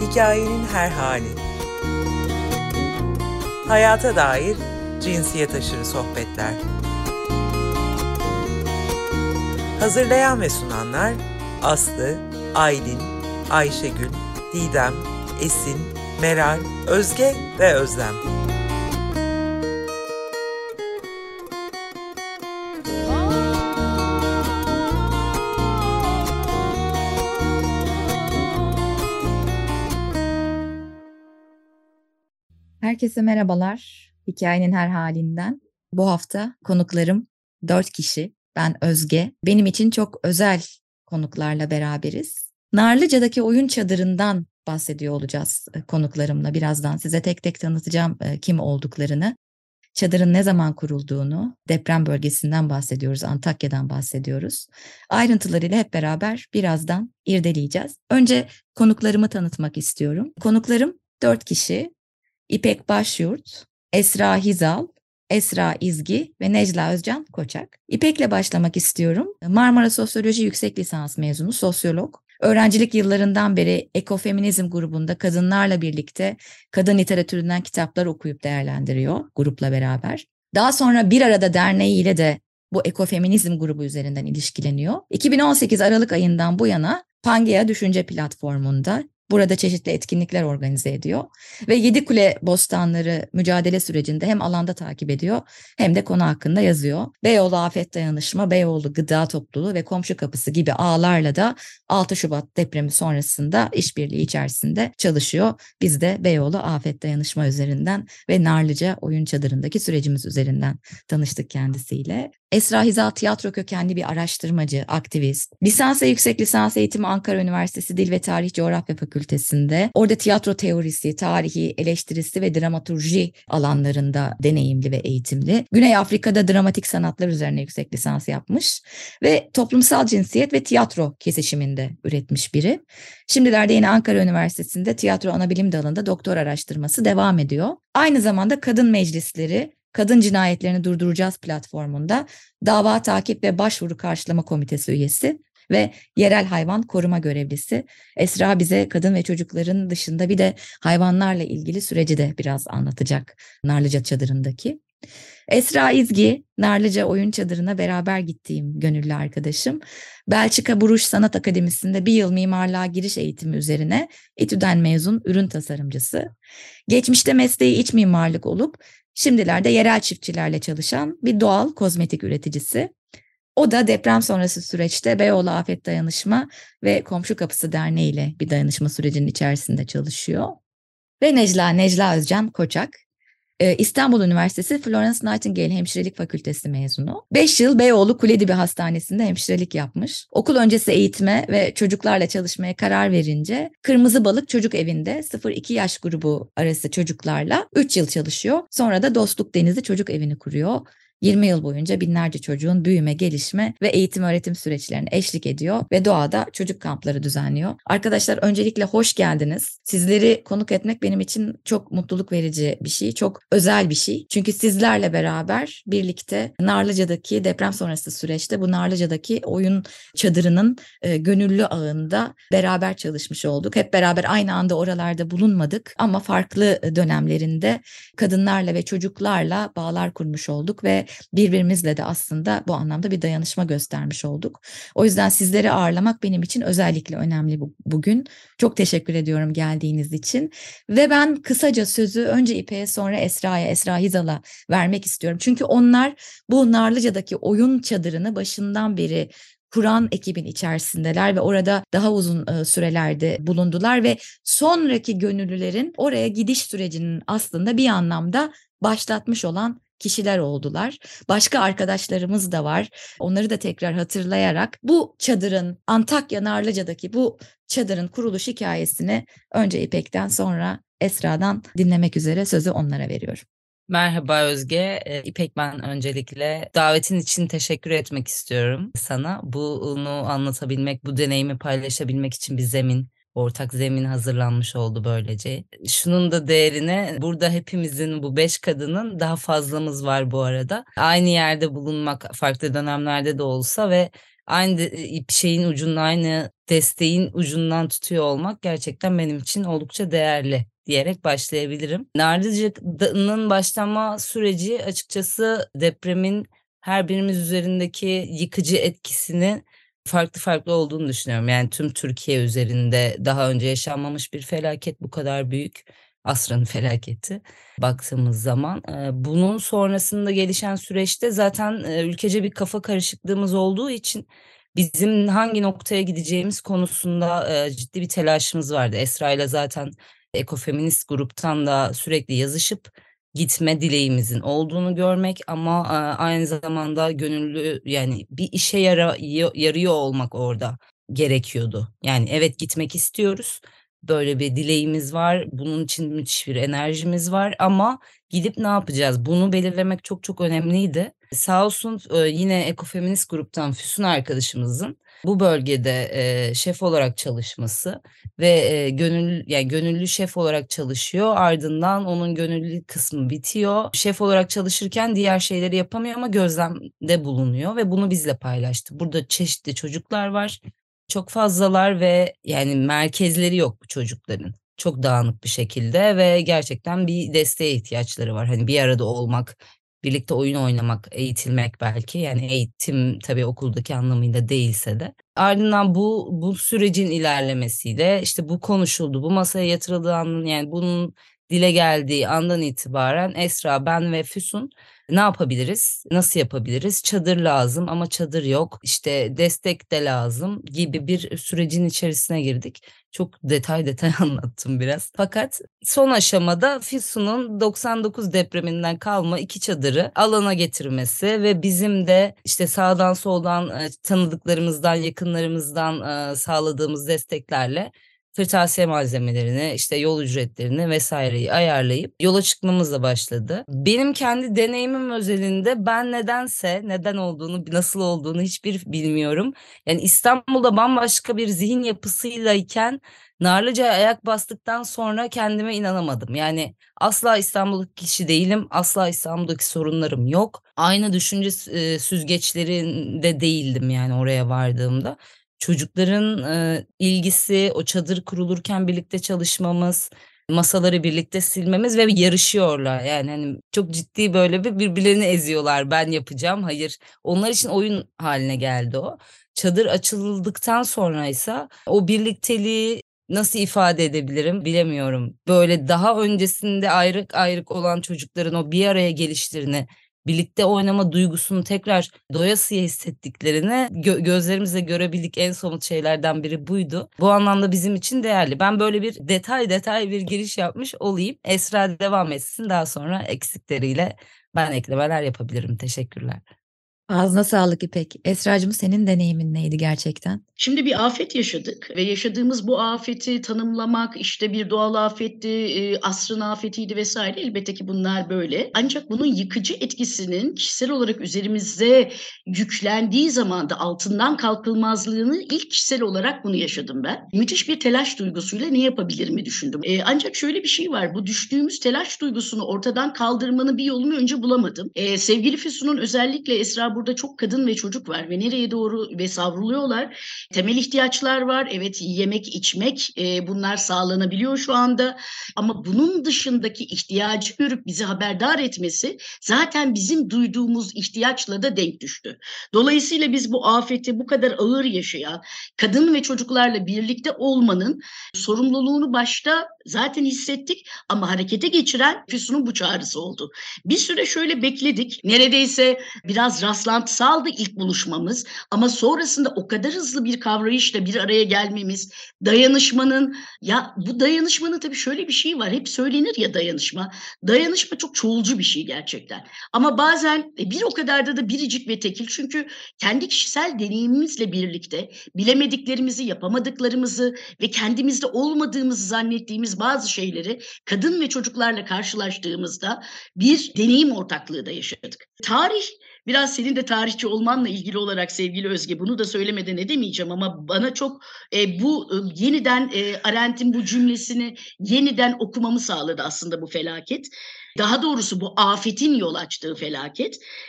Hikayenin her hali. Hayata dair cinsiyet aşırı sohbetler. Hazırlayan ve sunanlar Aslı, Aylin, Ayşegül, Didem, Esin, Meral, Özge ve Özlem. Herkese merhabalar. Hikayenin her halinden. Bu hafta konuklarım 4 kişi. Ben Özge. Benim için çok özel konuklarla beraberiz. Narlıca'daki oyun çadırından bahsediyor olacağız konuklarımla. Birazdan size tek tek tanıtacağım kim olduklarını. Çadırın ne zaman kurulduğunu, deprem bölgesinden bahsediyoruz, Antakya'dan bahsediyoruz. Ayrıntılarıyla hep beraber birazdan irdeleyeceğiz. Önce konuklarımı tanıtmak istiyorum. Konuklarım 4 kişi. İpek Başyurt, Esra Hizal, Esra İzgi ve Necla Özcan Koçak. İpek'le başlamak istiyorum. Marmara Sosyoloji Yüksek Lisans mezunu, sosyolog. Öğrencilik yıllarından beri ekofeminizm grubunda kadınlarla birlikte kadın literatüründen kitaplar okuyup değerlendiriyor grupla beraber. Daha sonra Bir Arada Derneği ile de bu ekofeminizm grubu üzerinden ilişkileniyor. 2018 Aralık ayından bu yana Pangea Düşünce Platformu'nda burada çeşitli etkinlikler organize ediyor ve Yedikule Bostanları mücadele sürecinde hem alanda takip ediyor hem de konu hakkında yazıyor. Beyoğlu Afet Dayanışma, Beyoğlu Gıda Topluluğu ve Komşu Kapısı gibi ağlarla da 6 Şubat depremi sonrasında işbirliği içerisinde çalışıyor. Biz de Beyoğlu Afet Dayanışma üzerinden ve Narlıca Oyun Çadırı'ndaki sürecimiz üzerinden tanıştık kendisiyle. Esra Hizal tiyatro kökenli bir araştırmacı, aktivist. Lisans ve yüksek lisans eğitimi Ankara Üniversitesi Dil ve Tarih Coğrafya Fakültesi'nde. Orada tiyatro teorisi, tarihi, eleştirisi ve dramaturji alanlarında deneyimli ve eğitimli. Güney Afrika'da dramatik sanatlar üzerine yüksek lisans yapmış ve toplumsal cinsiyet ve tiyatro kesişiminde üretmiş biri. Şimdilerde yine Ankara Üniversitesi'nde tiyatro anabilim dalında doktor araştırması devam ediyor. Aynı zamanda kadın meclisleri, Kadın Cinayetlerini Durduracağız platformunda dava takip ve başvuru karşılama komitesi üyesi ve yerel hayvan koruma görevlisi. Esra bize kadın ve çocukların dışında bir de hayvanlarla ilgili süreci de biraz anlatacak Narlıca Çadırı'ndaki. Esra İzgi, Narlıca Oyun Çadırı'na beraber gittiğim gönüllü arkadaşım. Belçika Bruges Sanat Akademisi'nde bir yıl mimarlığa giriş eğitimi üzerine İTÜ'den mezun ürün tasarımcısı. Geçmişte mesleği iç mimarlık olup şimdilerde yerel çiftçilerle çalışan bir doğal kozmetik üreticisi. O da deprem sonrası süreçte Beyoğlu Afet Dayanışma ve Komşu Kapısı Derneği ile bir dayanışma sürecinin içerisinde çalışıyor. Ve Necla Özcan Koçak, İstanbul Üniversitesi Florence Nightingale Hemşirelik Fakültesi mezunu. 5 yıl Beyoğlu Kuledibi Hastanesi'nde hemşirelik yapmış. Okul öncesi eğitime ve çocuklarla çalışmaya karar verince Kırmızı Balık Çocuk Evi'nde 0-2 yaş grubu arası çocuklarla 3 yıl çalışıyor. Sonra da Dostluk Denizi Çocuk Evi'ni kuruyor. 20 yıl boyunca binlerce çocuğun büyüme, gelişme ve eğitim öğretim süreçlerine eşlik ediyor ve doğada çocuk kampları düzenliyor. Arkadaşlar öncelikle hoş geldiniz. Sizleri konuk etmek benim için çok mutluluk verici bir şey, çok özel bir şey. Çünkü sizlerle beraber birlikte Narlıca'daki deprem sonrası süreçte bu Narlıca'daki oyun çadırının gönüllü ağında beraber çalışmış olduk. Hep beraber aynı anda oralarda bulunmadık ama farklı dönemlerinde kadınlarla ve çocuklarla bağlar kurmuş olduk ve birbirimizle de aslında bu anlamda bir dayanışma göstermiş olduk. O yüzden sizleri ağırlamak benim için özellikle önemli bugün. Çok teşekkür ediyorum geldiğiniz için. Ve ben kısaca sözü önce İpek'e sonra Esra Hizal'a vermek istiyorum. Çünkü onlar bu Narlıca'daki oyun çadırını başından beri kuran ekibin içerisindeler ve orada daha uzun sürelerde bulundular ve sonraki gönüllülerin oraya gidiş sürecinin aslında bir anlamda başlatmış olan kişiler oldular. Başka arkadaşlarımız da var. Onları da tekrar hatırlayarak bu çadırın, Antakya Narlıca'daki bu çadırın kuruluş hikayesini önce İpek'ten sonra Esra'dan dinlemek üzere sözü onlara veriyorum. Merhaba Özge. İpek, ben öncelikle davetin için teşekkür etmek istiyorum sana. Bunu anlatabilmek, bu deneyimi paylaşabilmek için bir ortak zemin hazırlanmış oldu böylece. Şunun da değerine, burada hepimizin, bu 5 kadının daha fazlamız var bu arada. Aynı yerde bulunmak farklı dönemlerde de olsa ve aynı şeyin ucundan, aynı desteğin ucundan tutuyor olmak gerçekten benim için oldukça değerli diyerek başlayabilirim. Narlıca'nın başlama süreci açıkçası depremin her birimiz üzerindeki yıkıcı etkisini farklı farklı olduğunu düşünüyorum. Yani tüm Türkiye üzerinde daha önce yaşanmamış bir felaket bu kadar büyük. Asrın felaketi baktığımız zaman. Bunun sonrasında gelişen süreçte zaten ülkece bir kafa karışıklığımız olduğu için bizim hangi noktaya gideceğimiz konusunda ciddi bir telaşımız vardı. Esra ile zaten ekofeminist gruptan da sürekli yazışıp gitme dileğimizin olduğunu görmek ama aynı zamanda gönüllü yani bir işe yarıyor olmak orada gerekiyordu. Yani evet gitmek istiyoruz. Böyle bir dileğimiz var. Bunun için müthiş bir enerjimiz var ama gidip ne yapacağız? Bunu belirlemek çok çok önemliydi. Sağ olsun yine ekofeminist gruptan Füsun arkadaşımızın bu bölgede şef olarak çalışması ve gönüllü şef olarak çalışıyor. Ardından onun gönüllü kısmı bitiyor. Şef olarak çalışırken diğer şeyleri yapamıyor ama gözlemde bulunuyor ve bunu bizle paylaştı. Burada çeşitli çocuklar var. Çok fazlalar ve yani merkezleri yok bu çocukların. Çok dağınık bir şekilde ve gerçekten bir desteğe ihtiyaçları var. Hani bir arada olmak, birlikte oyun oynamak, eğitilmek belki. Yani eğitim tabii okuldaki anlamıyla değilse de. Ardından bu sürecin ilerlemesiyle işte bu konuşuldu, bu masaya yatırıldığı andan yani bunun dile geldiği andan itibaren Esra, ben ve Füsun ne yapabiliriz? Nasıl yapabiliriz? Çadır lazım ama çadır yok. İşte destek de lazım gibi bir sürecin içerisine girdik. Çok detay anlattım biraz. Fakat son aşamada Füsun'un 99 depreminden kalma 2 çadırı alana getirmesi ve bizim de işte sağdan soldan tanıdıklarımızdan, yakınlarımızdan sağladığımız desteklerle kırtasiye malzemelerini, işte yol ücretlerini vesaireyi ayarlayıp yola çıkmamızla başladı. Benim kendi deneyimim özelinde ben neden olduğunu, nasıl olduğunu hiçbir bilmiyorum. Yani İstanbul'da bambaşka bir zihin yapısıylayken Narlıca'ya ayak bastıktan sonra kendime inanamadım. Yani asla İstanbul'daki kişi değilim, asla İstanbul'daki sorunlarım yok. Aynı düşünce süzgeçlerinde değildim yani oraya vardığımda. Çocukların ilgisi, o çadır kurulurken birlikte çalışmamız, masaları birlikte silmemiz ve yarışıyorlar. Yani hani çok ciddi böyle birbirlerini eziyorlar. Ben yapacağım. Hayır. Onlar için oyun haline geldi o. Çadır açıldıktan sonra ise o birlikteliği nasıl ifade edebilirim bilemiyorum. Böyle daha öncesinde ayrık ayrık olan çocukların o bir araya gelişlerini, birlikte oynama duygusunu tekrar doyasıya hissettiklerini gözlerimizle görebildik, en somut şeylerden biri buydu. Bu anlamda bizim için değerli. Ben böyle bir detay bir giriş yapmış olayım. Esra devam etsin, daha sonra eksikleriyle ben eklemeler yapabilirim. Teşekkürler. Ağzına sağlık İpek. Esracığım, senin deneyimin neydi gerçekten? Şimdi bir afet yaşadık ve yaşadığımız bu afeti tanımlamak, işte bir doğal afetti, asrın afetiydi vesaire, elbette ki bunlar böyle. Ancak bunun yıkıcı etkisinin kişisel olarak üzerimize yüklendiği zaman da altından kalkılmazlığını ilk kişisel olarak bunu yaşadım ben. Müthiş bir telaş duygusuyla ne yapabilirimi düşündüm. Ancak şöyle bir şey var, bu düştüğümüz telaş duygusunu ortadan kaldırmanın bir yolunu önce bulamadım. Sevgili Füsun'un, özellikle Esra, burada çok kadın ve çocuk var ve nereye doğru ve savruluyorlar. Temel ihtiyaçlar var. Evet, yemek, içmek, bunlar sağlanabiliyor şu anda. Ama bunun dışındaki ihtiyacı görüp bizi haberdar etmesi zaten bizim duyduğumuz ihtiyaçla da denk düştü. Dolayısıyla biz bu afeti bu kadar ağır yaşayan kadın ve çocuklarla birlikte olmanın sorumluluğunu başta zaten hissettik ama harekete geçiren Füsun'un bu çağrısı oldu. Bir süre şöyle bekledik. Neredeyse biraz rastlantısaldı ilk buluşmamız ama sonrasında o kadar hızlı bir kavrayışla bir araya gelmemiz, dayanışmanın, ya bu dayanışmanın tabii şöyle bir şey var, hep söylenir ya dayanışma. Dayanışma çok çoğulcu bir şey gerçekten. Ama bazen bir o kadar da biricik ve tekil, çünkü kendi kişisel deneyimimizle birlikte bilemediklerimizi, yapamadıklarımızı ve kendimizde olmadığımızı zannettiğimiz bazı şeyleri kadın ve çocuklarla karşılaştığımızda bir deneyim ortaklığı da yaşadık. Tarih, biraz senin de tarihçi olmanla ilgili olarak sevgili Özge, bunu da söylemeden edemeyeceğim ama bana çok bu yeniden Arendt'in bu cümlesini yeniden okumamı sağladı aslında bu felaket. Daha doğrusu bu afetin yol açtığı felaket.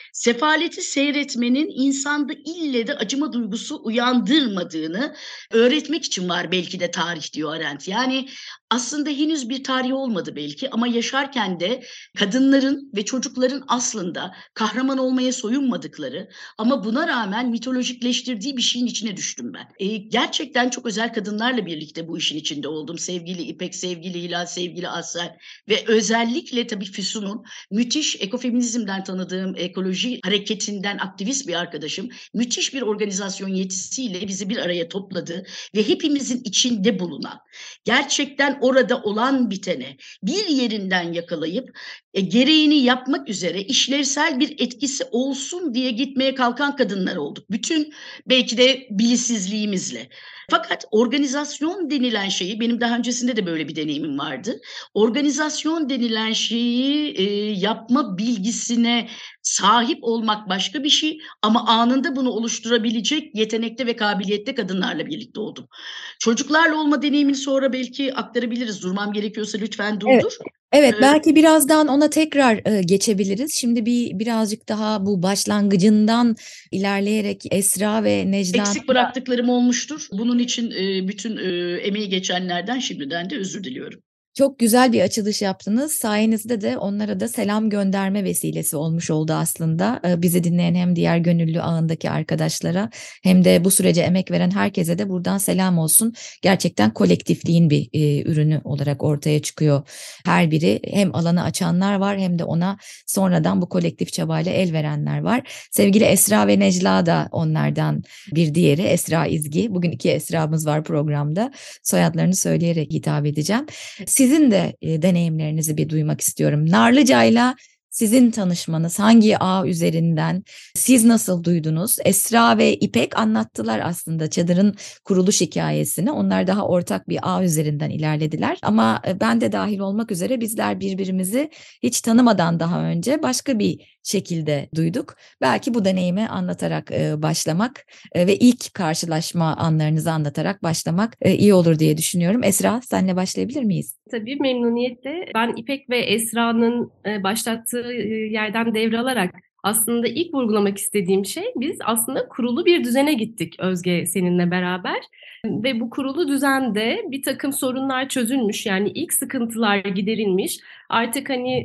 sefaleti seyretmenin insanda ille de acıma duygusu uyandırmadığını öğretmek için var belki de tarih diyor Arendt. Yani aslında henüz bir tarih olmadı belki ama yaşarken de kadınların ve çocukların aslında kahraman olmaya soyunmadıkları ama buna rağmen mitolojikleştirdiği bir şeyin içine düştüm ben. Gerçekten çok özel kadınlarla birlikte bu işin içinde oldum. Sevgili İpek, sevgili Hilal, sevgili Asel ve özellikle tabii Füsun'un müthiş ekofeminizmden tanıdığım ekoloji hareketinden aktivist bir arkadaşım müthiş bir organizasyon yetisiyle bizi bir araya topladı ve hepimizin içinde bulunan, gerçekten orada olan bitene bir yerinden yakalayıp gereğini yapmak üzere işlevsel bir etkisi olsun diye gitmeye kalkan kadınlar olduk. Bütün belki de bilgisizliğimizle. Fakat organizasyon denilen şeyi, benim daha öncesinde de böyle bir deneyimim vardı. Organizasyon denilen şeyi yapma bilgisine sahip olmak başka bir şey ama anında bunu oluşturabilecek yetenekte ve kabiliyette kadınlarla birlikte oldum. Çocuklarla olma deneyimini sonra belki aktarabiliriz. Durmam gerekiyorsa lütfen durdur. Evet, belki birazdan ona tekrar geçebiliriz. Şimdi birazcık daha bu başlangıcından ilerleyerek Esra ve Necla... Eksik bıraktıklarım olmuştur. Bunun için bütün emeği geçenlerden şimdiden de özür diliyorum. Çok güzel bir açılış yaptınız. Sayenizde de onlara da selam gönderme vesilesi olmuş oldu aslında. Bizi dinleyen hem diğer gönüllü ağındaki arkadaşlara hem de bu sürece emek veren herkese de buradan selam olsun. Gerçekten kolektifliğin bir ürünü olarak ortaya çıkıyor. Her biri hem alanı açanlar var hem de ona sonradan bu kolektif çabayla el verenler var. Sevgili Esra ve Necla da onlardan bir diğeri. Esra İzgi. Bugün 2 Esra'mız var programda. Soyadlarını söyleyerek hitap edeceğim. Sizin de deneyimlerinizi bir duymak istiyorum. Narlıca'yla sizin tanışmanız hangi ağ üzerinden, siz nasıl duydunuz? Esra ve İpek anlattılar aslında çadırın kuruluş hikayesini. Onlar daha ortak bir ağ üzerinden ilerlediler. Ama ben de dahil olmak üzere bizler birbirimizi hiç tanımadan daha önce başka bir şekilde duyduk. Belki bu deneyimi anlatarak başlamak ve ilk karşılaşma anlarınızı anlatarak başlamak iyi olur diye düşünüyorum. Esra, senle başlayabilir miyiz? Tabii memnuniyetle. Ben İpek ve Esra'nın başlattığı yerden devralarak aslında ilk vurgulamak istediğim şey, biz aslında kurulu bir düzene gittik Özge seninle beraber. Ve bu kurulu düzende bir takım sorunlar çözülmüş, yani ilk sıkıntılar giderilmiş. Artık hani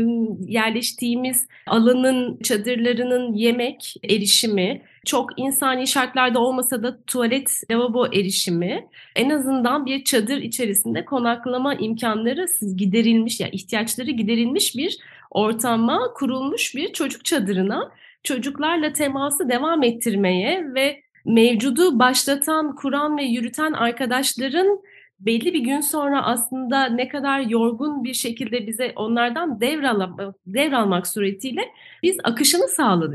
yerleştiğimiz alanın, çadırlarının yemek erişimi, çok insani şartlarda olmasa da tuvalet, lavabo erişimi, en azından bir çadır içerisinde konaklama imkanları giderilmiş, yani ihtiyaçları giderilmiş bir ortama kurulmuş bir çocuk çadırına çocuklarla teması devam ettirmeye ve mevcudu başlatan, kuran ve yürüten arkadaşların belli bir gün sonra aslında ne kadar yorgun bir şekilde bize onlardan devralmak suretiyle biz akışını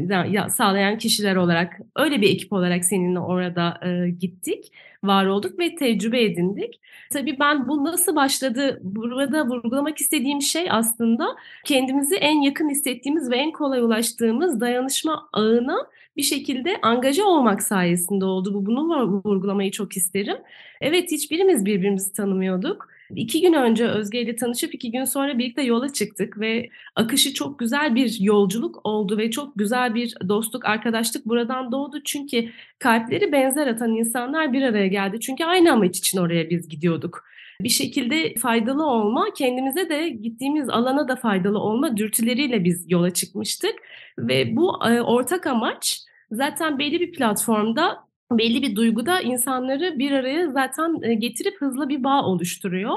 sağlayan kişiler olarak, öyle bir ekip olarak seninle orada gittik, var olduk ve tecrübe edindik. Tabii ben bu nasıl başladı, burada vurgulamak istediğim şey aslında kendimizi en yakın hissettiğimiz ve en kolay ulaştığımız dayanışma ağına bir şekilde angaja olmak sayesinde oldu. Bunu vurgulamayı çok isterim. Evet, hiçbirimiz birbirimizi tanımıyorduk. 2 gün önce Özge ile tanışıp 2 gün sonra birlikte yola çıktık ve akışı çok güzel bir yolculuk oldu ve çok güzel bir dostluk, arkadaşlık buradan doğdu. Çünkü kalpleri benzer atan insanlar bir araya geldi. Çünkü aynı amaç için oraya biz gidiyorduk. Bir şekilde faydalı olma, kendimize de gittiğimiz alana da faydalı olma dürtüleriyle biz yola çıkmıştık. Ve bu ortak amaç zaten belli bir platformda, belli bir duyguda insanları bir araya zaten getirip hızlı bir bağ oluşturuyor.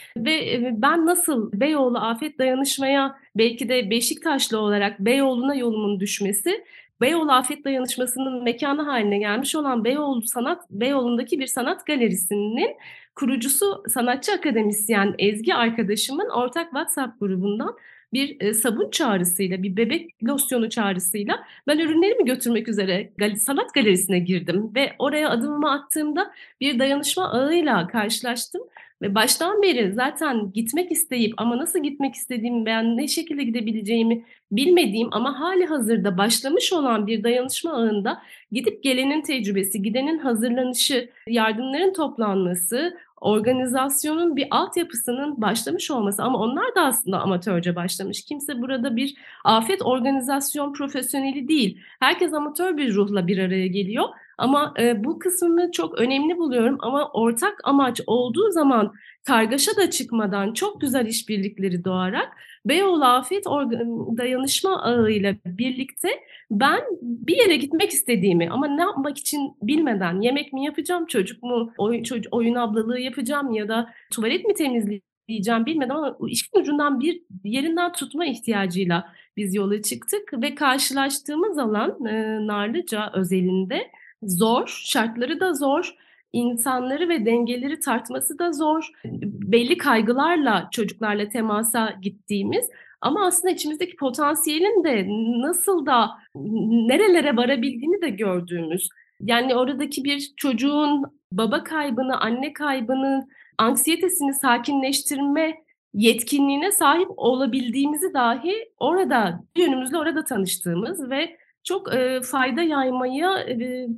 Ve ben nasıl Beyoğlu Afet Dayanışma'ya, belki de Beşiktaşlı olarak Beyoğlu'na yolumun düşmesi, Beyoğlu Afet Dayanışması'nın mekanı haline gelmiş olan Beyoğlu'ndaki bir sanat galerisinin kurucusu, sanatçı akademisyen Ezgi arkadaşımın ortak WhatsApp grubundan bir sabun çağrısıyla, bir bebek losyonu çağrısıyla ben ürünlerimi götürmek üzere sanat galerisine girdim ve oraya adımımı attığımda bir dayanışma ağıyla karşılaştım. Ve baştan beri zaten gitmek isteyip ama nasıl gitmek istediğimi, ben ne şekilde gidebileceğimi bilmediğim ama hali hazırda başlamış olan bir dayanışma ağında gidip gelenin tecrübesi, gidenin hazırlanışı, yardımların toplanması, organizasyonun bir altyapısının başlamış olması, ama onlar da aslında amatörce başlamış. Kimse burada bir afet organizasyon profesyoneli değil. Herkes amatör bir ruhla bir araya geliyor. Ama bu kısmını çok önemli buluyorum. Ama ortak amaç olduğu zaman kargaşa da çıkmadan çok güzel işbirlikleri doğarak Beyoğlu Afet Dayanışma Ağı ile birlikte ben bir yere gitmek istediğimi, ama ne yapmak için bilmeden, yemek mi yapacağım, çocuk mu, oyun ablalığı yapacağım ya da tuvalet mi temizleyeceğim bilmeden, ama işin ucundan bir yerinden tutma ihtiyacıyla biz yola çıktık ve karşılaştığımız alan Narlıca özelinde zor, şartları da zor, insanları ve dengeleri tartması da zor. Belli kaygılarla çocuklarla temasa gittiğimiz, ama aslında içimizdeki potansiyelin de nasıl da nerelere varabildiğini de gördüğümüz. Yani oradaki bir çocuğun baba kaybını, anne kaybını, anksiyetesini sakinleştirme yetkinliğine sahip olabildiğimizi dahi orada, yönümüzle orada tanıştığımız ve çok fayda yaymaya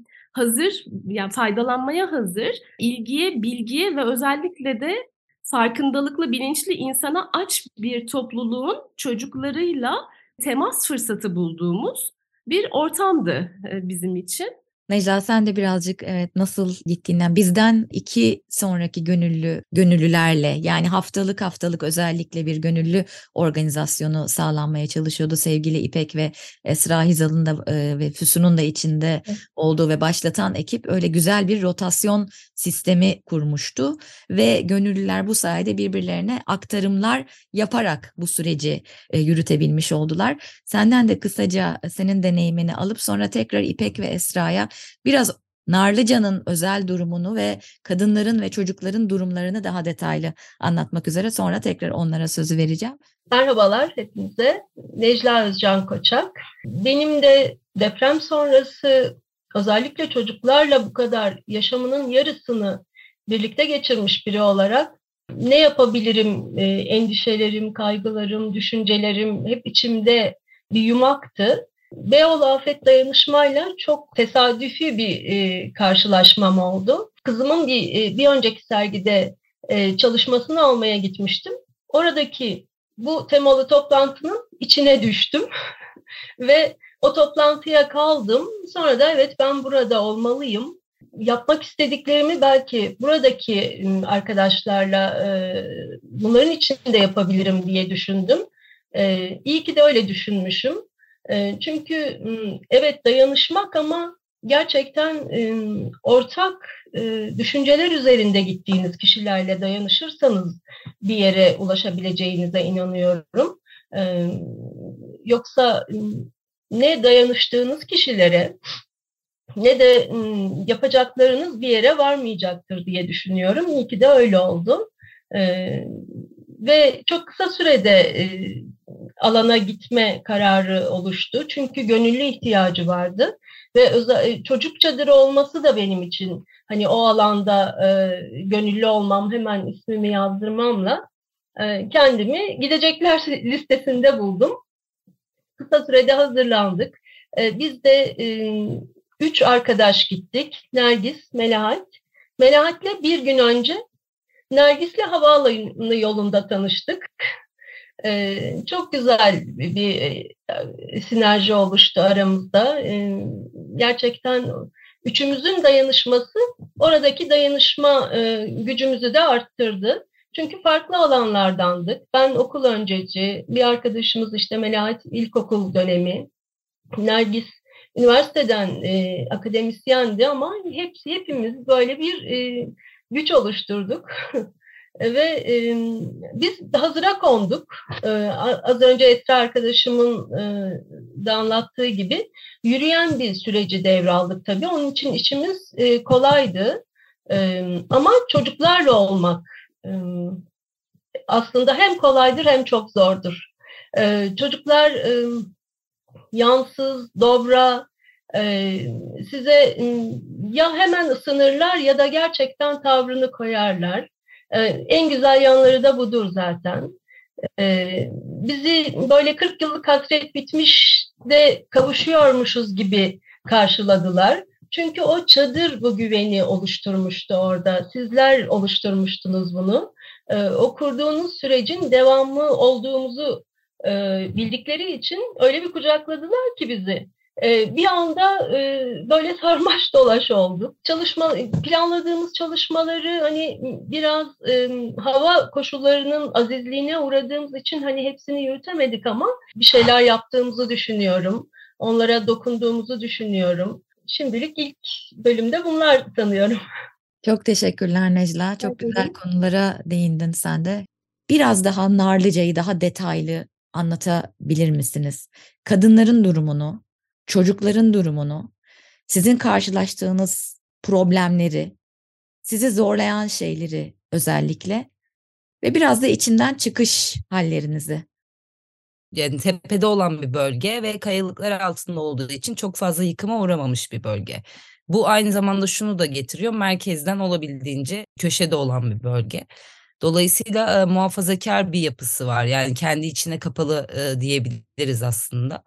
hazır, yani faydalanmaya hazır, ilgiye, bilgiye ve özellikle de farkındalıklı, bilinçli, insana aç bir topluluğun çocuklarıyla temas fırsatı bulduğumuz bir ortamdı bizim için. Necla, sen de birazcık nasıl gittiğinden, bizden 2 sonraki gönüllülerle, yani haftalık özellikle bir gönüllü organizasyonu sağlanmaya çalışıyordu. Sevgili İpek ve Esra Hizal'ın da ve Füsun'un da içinde olduğu ve başlatan ekip öyle güzel bir rotasyon sistemi kurmuştu ve gönüllüler bu sayede birbirlerine aktarımlar yaparak bu süreci yürütebilmiş oldular. Senden de kısaca senin deneyimini alıp sonra tekrar İpek ve Esra'ya biraz Narlıca'nın özel durumunu ve kadınların ve çocukların durumlarını daha detaylı anlatmak üzere sonra tekrar onlara sözü vereceğim. Merhabalar hepinize. Necla Özcan Koçak. Benim de deprem sonrası özellikle çocuklarla bu kadar yaşamının yarısını birlikte geçirmiş biri olarak ne yapabilirim, endişelerim, kaygılarım, düşüncelerim hep içimde bir yumaktı. Beyoğlu Afet Dayanışma'yla çok tesadüfi bir karşılaşmam oldu. Kızımın bir önceki sergide çalışmasını almaya gitmiştim. Oradaki bu temalı toplantının içine düştüm ve o toplantıya kaldım. Sonra da evet, ben burada olmalıyım. Yapmak istediklerimi belki buradaki arkadaşlarla bunların içinde yapabilirim diye düşündüm. İyi ki de öyle düşünmüşüm. Çünkü evet, dayanışmak, ama gerçekten ortak düşünceler üzerinde gittiğiniz kişilerle dayanışırsanız bir yere ulaşabileceğinize inanıyorum. Yoksa ne dayanıştığınız kişilere ne de yapacaklarınız bir yere varmayacaktır diye düşünüyorum. İyi ki de öyle oldu. Ve çok kısa sürede alana gitme kararı oluştu. Çünkü gönüllü ihtiyacı vardı. Ve çocuk çadırı olması da benim için, hani o alanda gönüllü olmam, hemen ismimi yazdırmamla kendimi gidecekler listesinde buldum. Kısa sürede hazırlandık. Biz de 3 arkadaş gittik. Nergis, Melahat. Melahat'le bir gün önce Nergis'le havaalanı yolunda tanıştık. Çok güzel bir sinerji oluştu aramızda. Gerçekten üçümüzün dayanışması oradaki dayanışma gücümüzü de arttırdı. Çünkü farklı alanlardandık. Ben okul önceci, bir arkadaşımız işte Melahat ilkokul dönemi, Nergis üniversiteden akademisyendi, ama hepimiz böyle bir güç oluşturduk. Ve biz hazıra konduk. Az önce Esra arkadaşımın da anlattığı gibi yürüyen bir süreci devraldık tabii. Onun için işimiz kolaydı. Ama çocuklarla olmak aslında hem kolaydır hem çok zordur. Çocuklar yansız, dobra, size ya hemen ısınırlar ya da gerçekten tavrını koyarlar. En güzel yanları da budur zaten. Bizi böyle 40 yıllık hasret bitmiş de kavuşuyormuşuz gibi karşıladılar. Çünkü o çadır bu güveni oluşturmuştu orada. Sizler oluşturmuştunuz bunu. O kurduğunuz sürecin devamı olduğumuzu bildikleri için öyle bir kucakladılar ki bizi. Bir anda böyle sarmaş dolaş olduk. Planladığımız çalışmaları hani biraz hava koşullarının azizliğine uğradığımız için hani hepsini yürütemedik ama bir şeyler yaptığımızı düşünüyorum. Onlara dokunduğumuzu düşünüyorum. Şimdilik ilk bölümde bunlar sanıyorum. Çok teşekkürler Necla. Çok güzel konulara değindin sen de. Biraz daha Narlıca'yı daha detaylı anlatabilir misiniz? Kadınların durumunu, çocukların durumunu, sizin karşılaştığınız problemleri, sizi zorlayan şeyleri özellikle ve biraz da içinden çıkış hallerinizi. Yani tepede olan bir bölge ve kayalıklar altında olduğu için çok fazla yıkıma uğramamış bir bölge. Bu aynı zamanda şunu da getiriyor, merkezden olabildiğince köşede olan bir bölge. Dolayısıyla muhafazakar bir yapısı var. Yani kendi içine kapalı diyebiliriz aslında.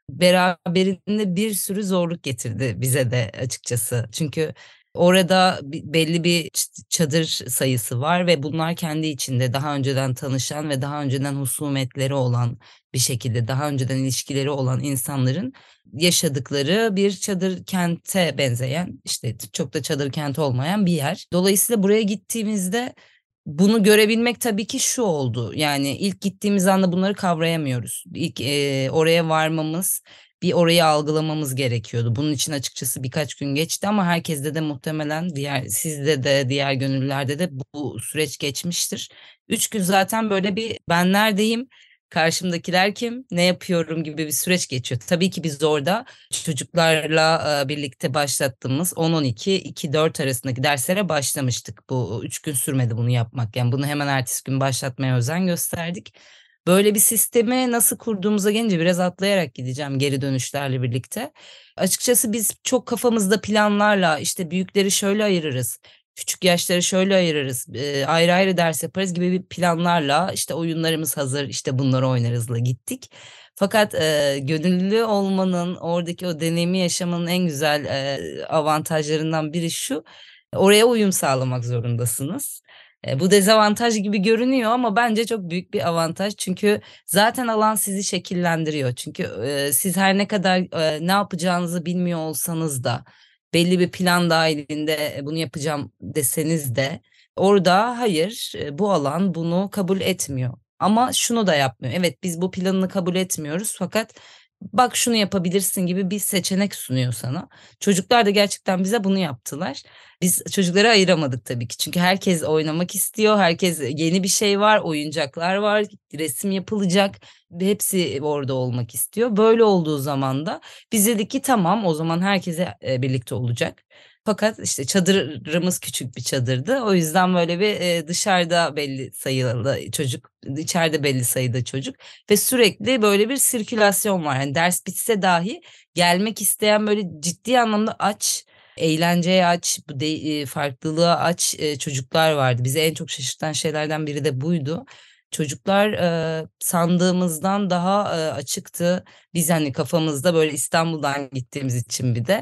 Beraberinde bir sürü zorluk getirdi bize de açıkçası. Çünkü orada belli bir çadır sayısı var ve bunlar kendi içinde daha önceden tanışan ve daha önceden husumetleri olan bir şekilde daha önceden ilişkileri olan insanların yaşadıkları bir çadır kente benzeyen, işte çok da çadır kent olmayan bir yer. Dolayısıyla buraya gittiğimizde bunu görebilmek tabii ki şu oldu. Yani ilk gittiğimiz anda bunları kavrayamıyoruz. İlk oraya varmamız, bir orayı algılamamız gerekiyordu. Bunun için açıkçası birkaç gün geçti ama herkeste de muhtemelen sizde de diğer gönüllülerde de bu süreç geçmiştir. 3 gün zaten böyle bir ben neredeyim, karşımdakiler kim, ne yapıyorum gibi bir süreç geçiyor. Tabii ki biz orada çocuklarla birlikte başlattığımız 10-12, 2-4 arasındaki derslere başlamıştık. Bu 3 gün sürmedi bunu yapmak. Yani bunu hemen ertesi gün başlatmaya özen gösterdik. Böyle bir sistemi nasıl kurduğumuza gelince biraz atlayarak gideceğim geri dönüşlerle birlikte. Açıkçası biz çok kafamızda planlarla işte büyükleri şöyle ayırırız, küçük yaşları şöyle ayırırız, ayrı ayrı ders yaparız gibi bir planlarla işte oyunlarımız hazır, işte bunları oynarızla gittik. Fakat gönüllü olmanın, oradaki o deneyimi yaşamanın en güzel avantajlarından biri şu, oraya uyum sağlamak zorundasınız. Bu dezavantaj gibi görünüyor ama bence çok büyük bir avantaj. Çünkü zaten alan sizi şekillendiriyor. Çünkü siz her ne kadar ne yapacağınızı bilmiyor olsanız da belli bir plan dahilinde bunu yapacağım deseniz de orada hayır, bu alan bunu kabul etmiyor. Ama şunu da yapmıyor. Evet, biz bu planını kabul etmiyoruz fakat bak şunu yapabilirsin gibi bir seçenek sunuyor sana. Çocuklar da gerçekten bize bunu yaptılar. Biz çocukları ayıramadık tabii ki. Çünkü herkes oynamak istiyor. Herkes yeni bir şey var, oyuncaklar var, resim yapılacak. Hepsi orada olmak istiyor. Böyle olduğu zaman da biz dedik ki tamam, o zaman herkese birlikte olacak. Fakat işte çadırımız küçük bir çadırdı. O yüzden böyle bir dışarıda belli sayıda çocuk, içeride belli sayıda çocuk ve sürekli böyle bir sirkülasyon var. Yani ders bitse dahi gelmek isteyen böyle ciddi anlamda aç, eğlenceye aç, farklılığa aç çocuklar vardı. Bizi en çok şaşırtan şeylerden biri de buydu. Çocuklar sandığımızdan daha açıktı. Biz hani kafamızda böyle İstanbul'dan gittiğimiz için bir de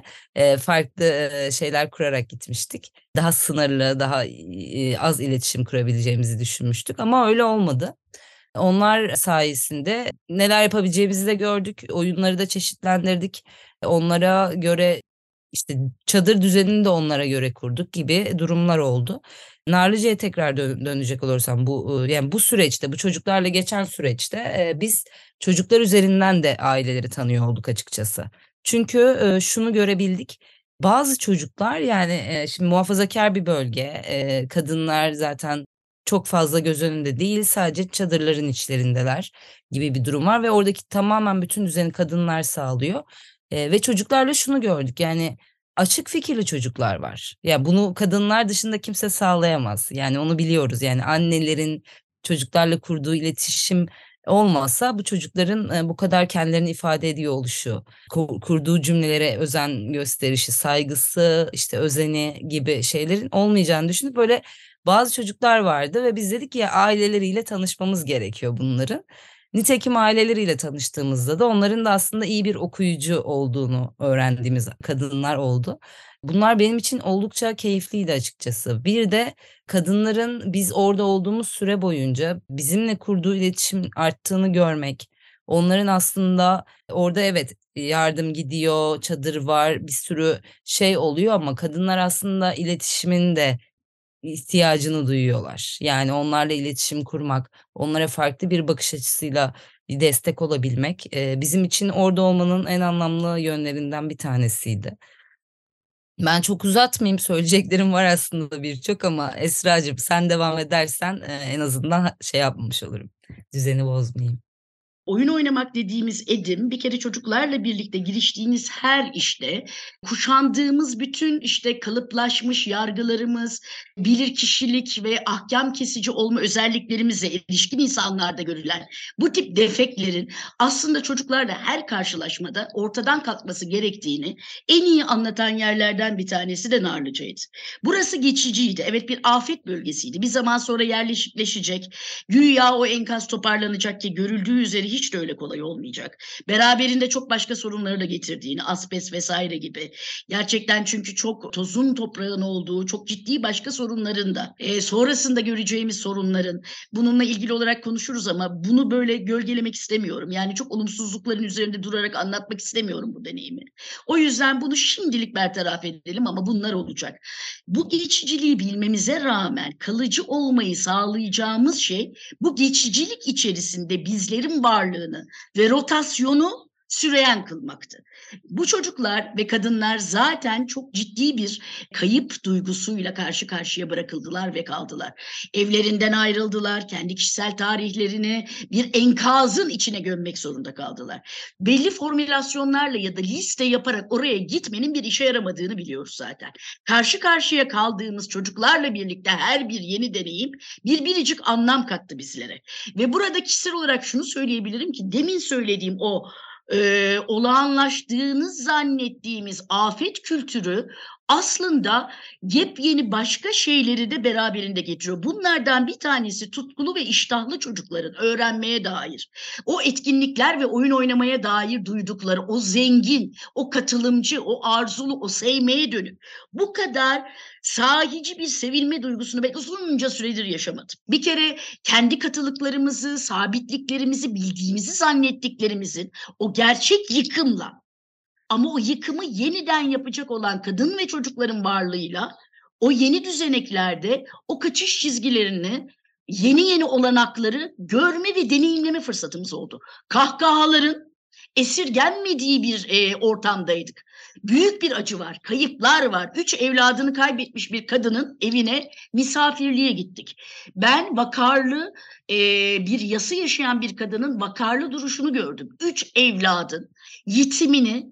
farklı şeyler kurarak gitmiştik. Daha sınırlı, daha az iletişim kurabileceğimizi düşünmüştük ama öyle olmadı. Onlar sayesinde neler yapabileceğimizi de gördük. Oyunları da çeşitlendirdik. Onlara göre işte çadır düzenini de onlara göre kurduk gibi durumlar oldu. Narlıca'ya tekrar dönecek olursam yani bu süreçte, bu çocuklarla geçen süreçte biz çocuklar üzerinden de aileleri tanıyor olduk açıkçası. Çünkü şunu görebildik. Bazı çocuklar yani şimdi muhafazakar bir bölge, kadınlar zaten çok fazla göz önünde değil, sadece çadırların içlerindeler gibi bir durum var ve oradaki tamamen bütün düzeni kadınlar sağlıyor. Ve çocuklarla şunu gördük, yani açık fikirli çocuklar var. Ya bunu kadınlar dışında kimse sağlayamaz. Yani onu biliyoruz. Yani annelerin çocuklarla kurduğu iletişim olmasa bu çocukların bu kadar kendilerini ifade ediyor oluşu, kurduğu cümlelere özen gösterişi, saygısı, işte özeni gibi şeylerin olmayacağını düşünüp böyle bazı çocuklar vardı ve biz dedik ki ya aileleriyle tanışmamız gerekiyor bunların. Nitekim aileleriyle tanıştığımızda da onların da aslında iyi bir okuyucu olduğunu öğrendiğimiz kadınlar oldu. Bunlar benim için oldukça keyifliydi açıkçası. Bir de kadınların biz orada olduğumuz süre boyunca bizimle kurduğu iletişim arttığını görmek, onların aslında orada evet yardım gidiyor, çadır var, bir sürü şey oluyor ama kadınlar aslında iletişimin de ihtiyacını duyuyorlar. Yani onlarla iletişim kurmak, onlara farklı bir bakış açısıyla bir destek olabilmek bizim için orada olmanın en anlamlı yönlerinden bir tanesiydi. Ben çok uzatmayayım, söyleyeceklerim var aslında birçok ama Esracığım sen devam edersen en azından şey yapmamış olurum. Düzeni bozmayayım. Oyun oynamak dediğimiz edim bir kere çocuklarla birlikte giriştiğiniz her işte kuşandığımız bütün işte kalıplaşmış yargılarımız, bilirkişilik ve ahkam kesici olma özelliklerimize ilişkin insanlarda görülen bu tip defeklerin aslında çocuklarla her karşılaşmada ortadan kalkması gerektiğini en iyi anlatan yerlerden bir tanesi de Narlıca'ydı. Burası geçiciydi. Evet, bir afet bölgesiydi. Bir zaman sonra yerleşikleşecek. Güya o enkaz toparlanacak ki görüldüğü üzere hiç de öyle kolay olmayacak. Beraberinde çok başka sorunları da getirdiğini, asbest vesaire gibi. Gerçekten çünkü çok tozun toprağın olduğu, çok ciddi başka sorunların da, sonrasında göreceğimiz sorunların, bununla ilgili olarak konuşuruz ama bunu böyle gölgelemek istemiyorum. Yani çok olumsuzlukların üzerinde durarak anlatmak istemiyorum bu deneyimi. O yüzden bunu şimdilik bertaraf edelim ama bunlar olacak. Bu geçiciliği bilmemize rağmen kalıcı olmayı sağlayacağımız şey bu geçicilik içerisinde bizlerin varlığını ve rotasyonu süreyen kılmaktı. Bu çocuklar ve kadınlar zaten çok ciddi bir kayıp duygusuyla karşı karşıya bırakıldılar ve kaldılar. Evlerinden ayrıldılar, kendi kişisel tarihlerini bir enkazın içine gömmek zorunda kaldılar. Belli formülasyonlarla ya da liste yaparak oraya gitmenin bir işe yaramadığını biliyoruz zaten. Karşı karşıya kaldığımız çocuklarla birlikte her bir yeni deneyim bir biricik anlam kattı bizlere. Ve burada kişisel olarak şunu söyleyebilirim ki demin söylediğim o olağanlaştığını zannettiğimiz afet kültürü aslında yepyeni başka şeyleri de beraberinde getiriyor. Bunlardan bir tanesi tutkulu ve iştahlı çocukların öğrenmeye dair, o etkinlikler ve oyun oynamaya dair duydukları, o zengin, o katılımcı, o arzulu, o sevmeye dönük. Bu kadar sahici bir sevilme duygusunu ben uzunca süredir yaşamadım. Bir kere kendi katılıklarımızı, sabitliklerimizi, bildiğimizi zannettiklerimizin o gerçek yıkımla, ama o yıkımı yeniden yapacak olan kadın ve çocukların varlığıyla o yeni düzeneklerde o kaçış çizgilerini, yeni olanakları görme ve deneyimleme fırsatımız oldu. Kahkahaların esirgenmediği bir ortamdaydık. Büyük bir acı var, kayıplar var. 3 evladını kaybetmiş bir kadının evine misafirliğe gittik. Ben vakarlı bir yası yaşayan bir kadının vakarlı duruşunu gördüm. 3 evladın yitimini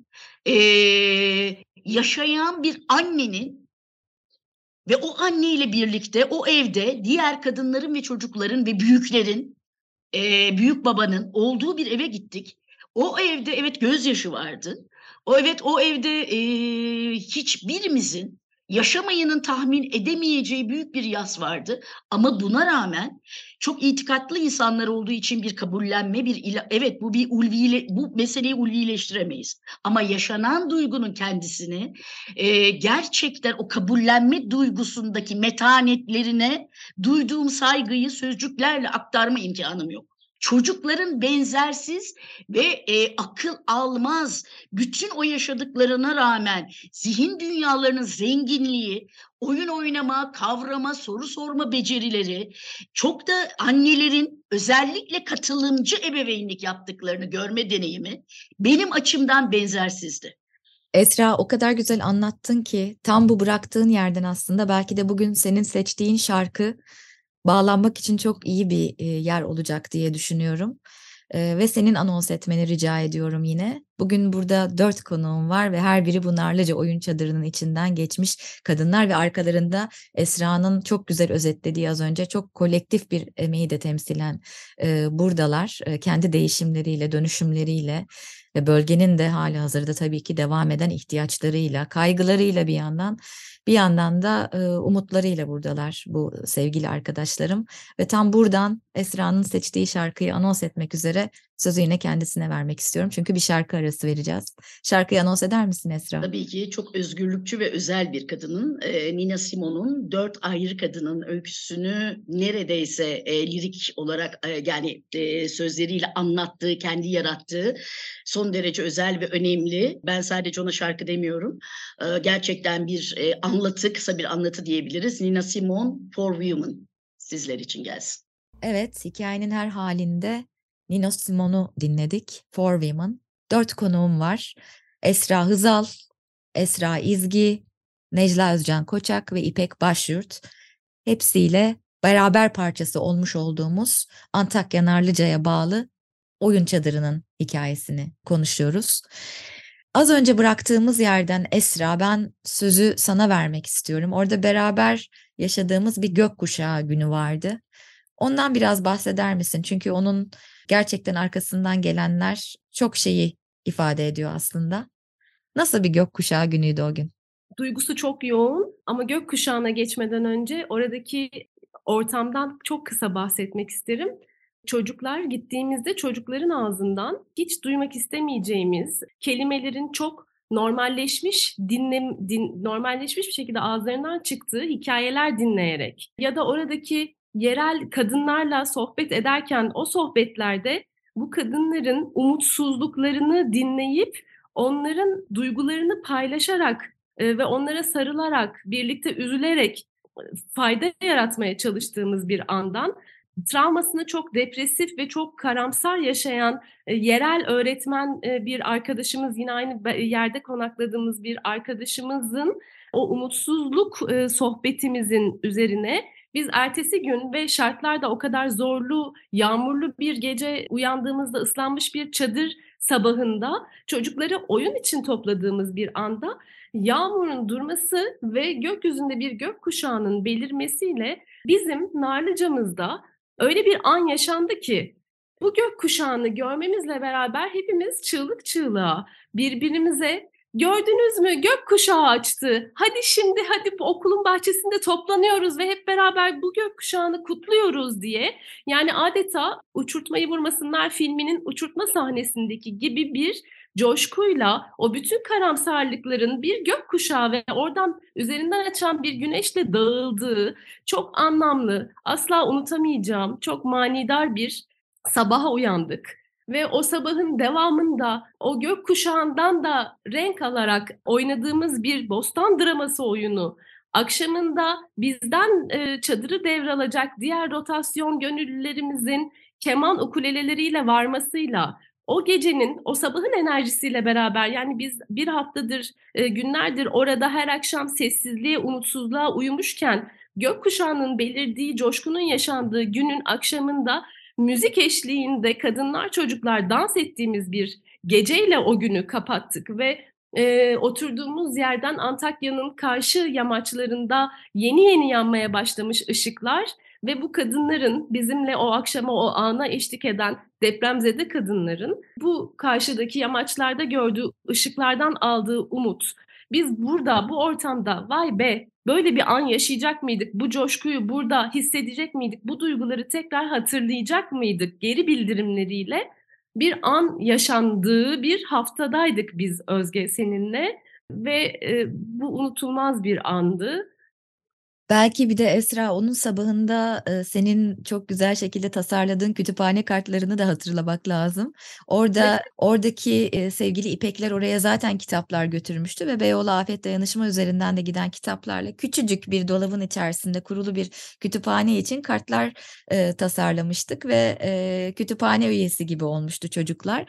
yaşayan bir annenin ve o anneyle birlikte o evde diğer kadınların ve çocukların ve büyüklerin, büyük babanın olduğu bir eve gittik. O evde evet gözyaşı vardı. O evde hiçbirimizin yaşamayının tahmin edemeyeceği büyük bir yas vardı. Ama buna rağmen çok itikatlı insanlar olduğu için bir kabullenme, evet bu bir bu meseleyi ulvileştiremeyiz. Ama yaşanan duygunun kendisini gerçekten o kabullenme duygusundaki metanetlerine duyduğum saygıyı sözcüklerle aktarma imkanım yok. Çocukların benzersiz ve akıl almaz bütün o yaşadıklarına rağmen zihin dünyalarının zenginliği, oyun oynama, kavrama, soru sorma becerileri, çok da annelerin özellikle katılımcı ebeveynlik yaptıklarını görme deneyimi benim açımdan benzersizdi. Esra, o kadar güzel anlattın ki tam bu bıraktığın yerden aslında belki de bugün senin seçtiğin şarkı bağlanmak için çok iyi bir yer olacak diye düşünüyorum. Ve senin anons etmeni rica ediyorum yine. Bugün burada 4 konuğum var ve her biri bu Narlıca oyun çadırının içinden geçmiş kadınlar ve arkalarında Esra'nın çok güzel özetlediği az önce çok kolektif bir emeği de temsilen buradalar. Kendi değişimleriyle, dönüşümleriyle ve bölgenin de halihazırda tabii ki devam eden ihtiyaçlarıyla, kaygılarıyla bir yandan da umutlarıyla buradalar bu sevgili arkadaşlarım. Ve tam buradan Esra'nın seçtiği şarkıyı anons etmek üzere sözü yine kendisine vermek istiyorum. Çünkü bir şarkı arası vereceğiz. Şarkıyı anons eder misin Esra? Tabii ki çok özgürlükçü ve özel bir kadının, Nina Simone'un 4 ayrı kadının öyküsünü neredeyse lirik olarak yani sözleriyle anlattığı, kendi yarattığı son derece özel ve önemli. Ben sadece ona şarkı demiyorum. Gerçekten bir anlatı, kısa bir anlatı diyebiliriz. Nina Simone, For Women sizler için gelsin. Evet, hikayenin her halinde Nina Simone'u dinledik. For Women. 4 konuğum var. Esra Hızal, Esra İzgi, Necla Özcan Koçak ve İpek Başyurt. Hepsiyle beraber parçası olmuş olduğumuz Antakya Narlıca'ya bağlı Oyun Çadırı'nın hikayesini konuşuyoruz. Az önce bıraktığımız yerden Esra, ben sözü sana vermek istiyorum. Orada beraber yaşadığımız bir gökkuşağı günü vardı. Ondan biraz bahseder misin? Çünkü onun gerçekten arkasından gelenler çok şeyi ifade ediyor aslında. Nasıl bir gökkuşağı günüydü o gün? Duygusu çok yoğun ama gökkuşağına geçmeden önce oradaki ortamdan çok kısa bahsetmek isterim. Çocuklar gittiğimizde çocukların ağzından hiç duymak istemeyeceğimiz kelimelerin çok normalleşmiş normalleşmiş bir şekilde ağızlarından çıktığı hikayeler dinleyerek ya da oradaki yerel kadınlarla sohbet ederken o sohbetlerde bu kadınların umutsuzluklarını dinleyip onların duygularını paylaşarak ve onlara sarılarak, birlikte üzülerek fayda yaratmaya çalıştığımız bir andan travmasını çok depresif ve çok karamsar yaşayan yerel öğretmen bir arkadaşımız, yine aynı yerde konakladığımız bir arkadaşımızın o umutsuzluk sohbetimizin üzerine biz ertesi gün ve şartlar da o kadar zorlu, yağmurlu bir gece uyandığımızda ıslanmış bir çadır sabahında çocukları oyun için topladığımız bir anda yağmurun durması ve gökyüzünde bir gökkuşağının belirmesiyle bizim Narlıca'mızda öyle bir an yaşandı ki bu gökkuşağını görmemizle beraber hepimiz çığlık çığlığa birbirimize "Gördünüz mü? Gökkuşağı açtı. Hadi şimdi bu okulun bahçesinde toplanıyoruz ve hep beraber bu gökkuşağını kutluyoruz" diye. Yani adeta Uçurtmayı Vurmasınlar filminin uçurtma sahnesindeki gibi bir coşkuyla o bütün karamsarlıkların bir gökkuşağı ve oradan üzerinden açan bir güneşle dağıldığı çok anlamlı, asla unutamayacağım, çok manidar bir sabaha uyandık. Ve o sabahın devamında o gökkuşağından da renk alarak oynadığımız bir bostan draması oyunu, akşamında bizden çadırı devralacak diğer rotasyon gönüllülerimizin keman ukuleleleriyle varmasıyla, o gecenin, o sabahın enerjisiyle beraber, yani biz bir haftadır, günlerdir orada her akşam sessizliğe, umutsuzluğa uyumuşken gökkuşağının belirdiği, coşkunun yaşandığı günün akşamında müzik eşliğinde kadınlar, çocuklar dans ettiğimiz bir geceyle o günü kapattık ve oturduğumuz yerden Antakya'nın karşı yamaçlarında yeni yanmaya başlamış ışıklar ve bu kadınların bizimle o akşama, o ana eşlik eden depremzede kadınların bu karşıdaki yamaçlarda gördüğü ışıklardan aldığı umut. Biz burada, bu ortamda vay be böyle bir an yaşayacak mıydık? Bu coşkuyu burada hissedecek miydik? Bu duyguları tekrar hatırlayacak mıydık? Geri bildirimleriyle bir an yaşandığı bir haftadaydık biz Özge seninle ve bu unutulmaz bir andı. Belki bir de Esra, onun sabahında senin çok güzel şekilde tasarladığın kütüphane kartlarını da hatırlamak lazım. Oradaki sevgili İpekler oraya zaten kitaplar götürmüştü ve Beyoğlu Afet Dayanışma üzerinden de giden kitaplarla küçücük bir dolabın içerisinde kurulu bir kütüphane için kartlar tasarlamıştık ve kütüphane üyesi gibi olmuştu çocuklar.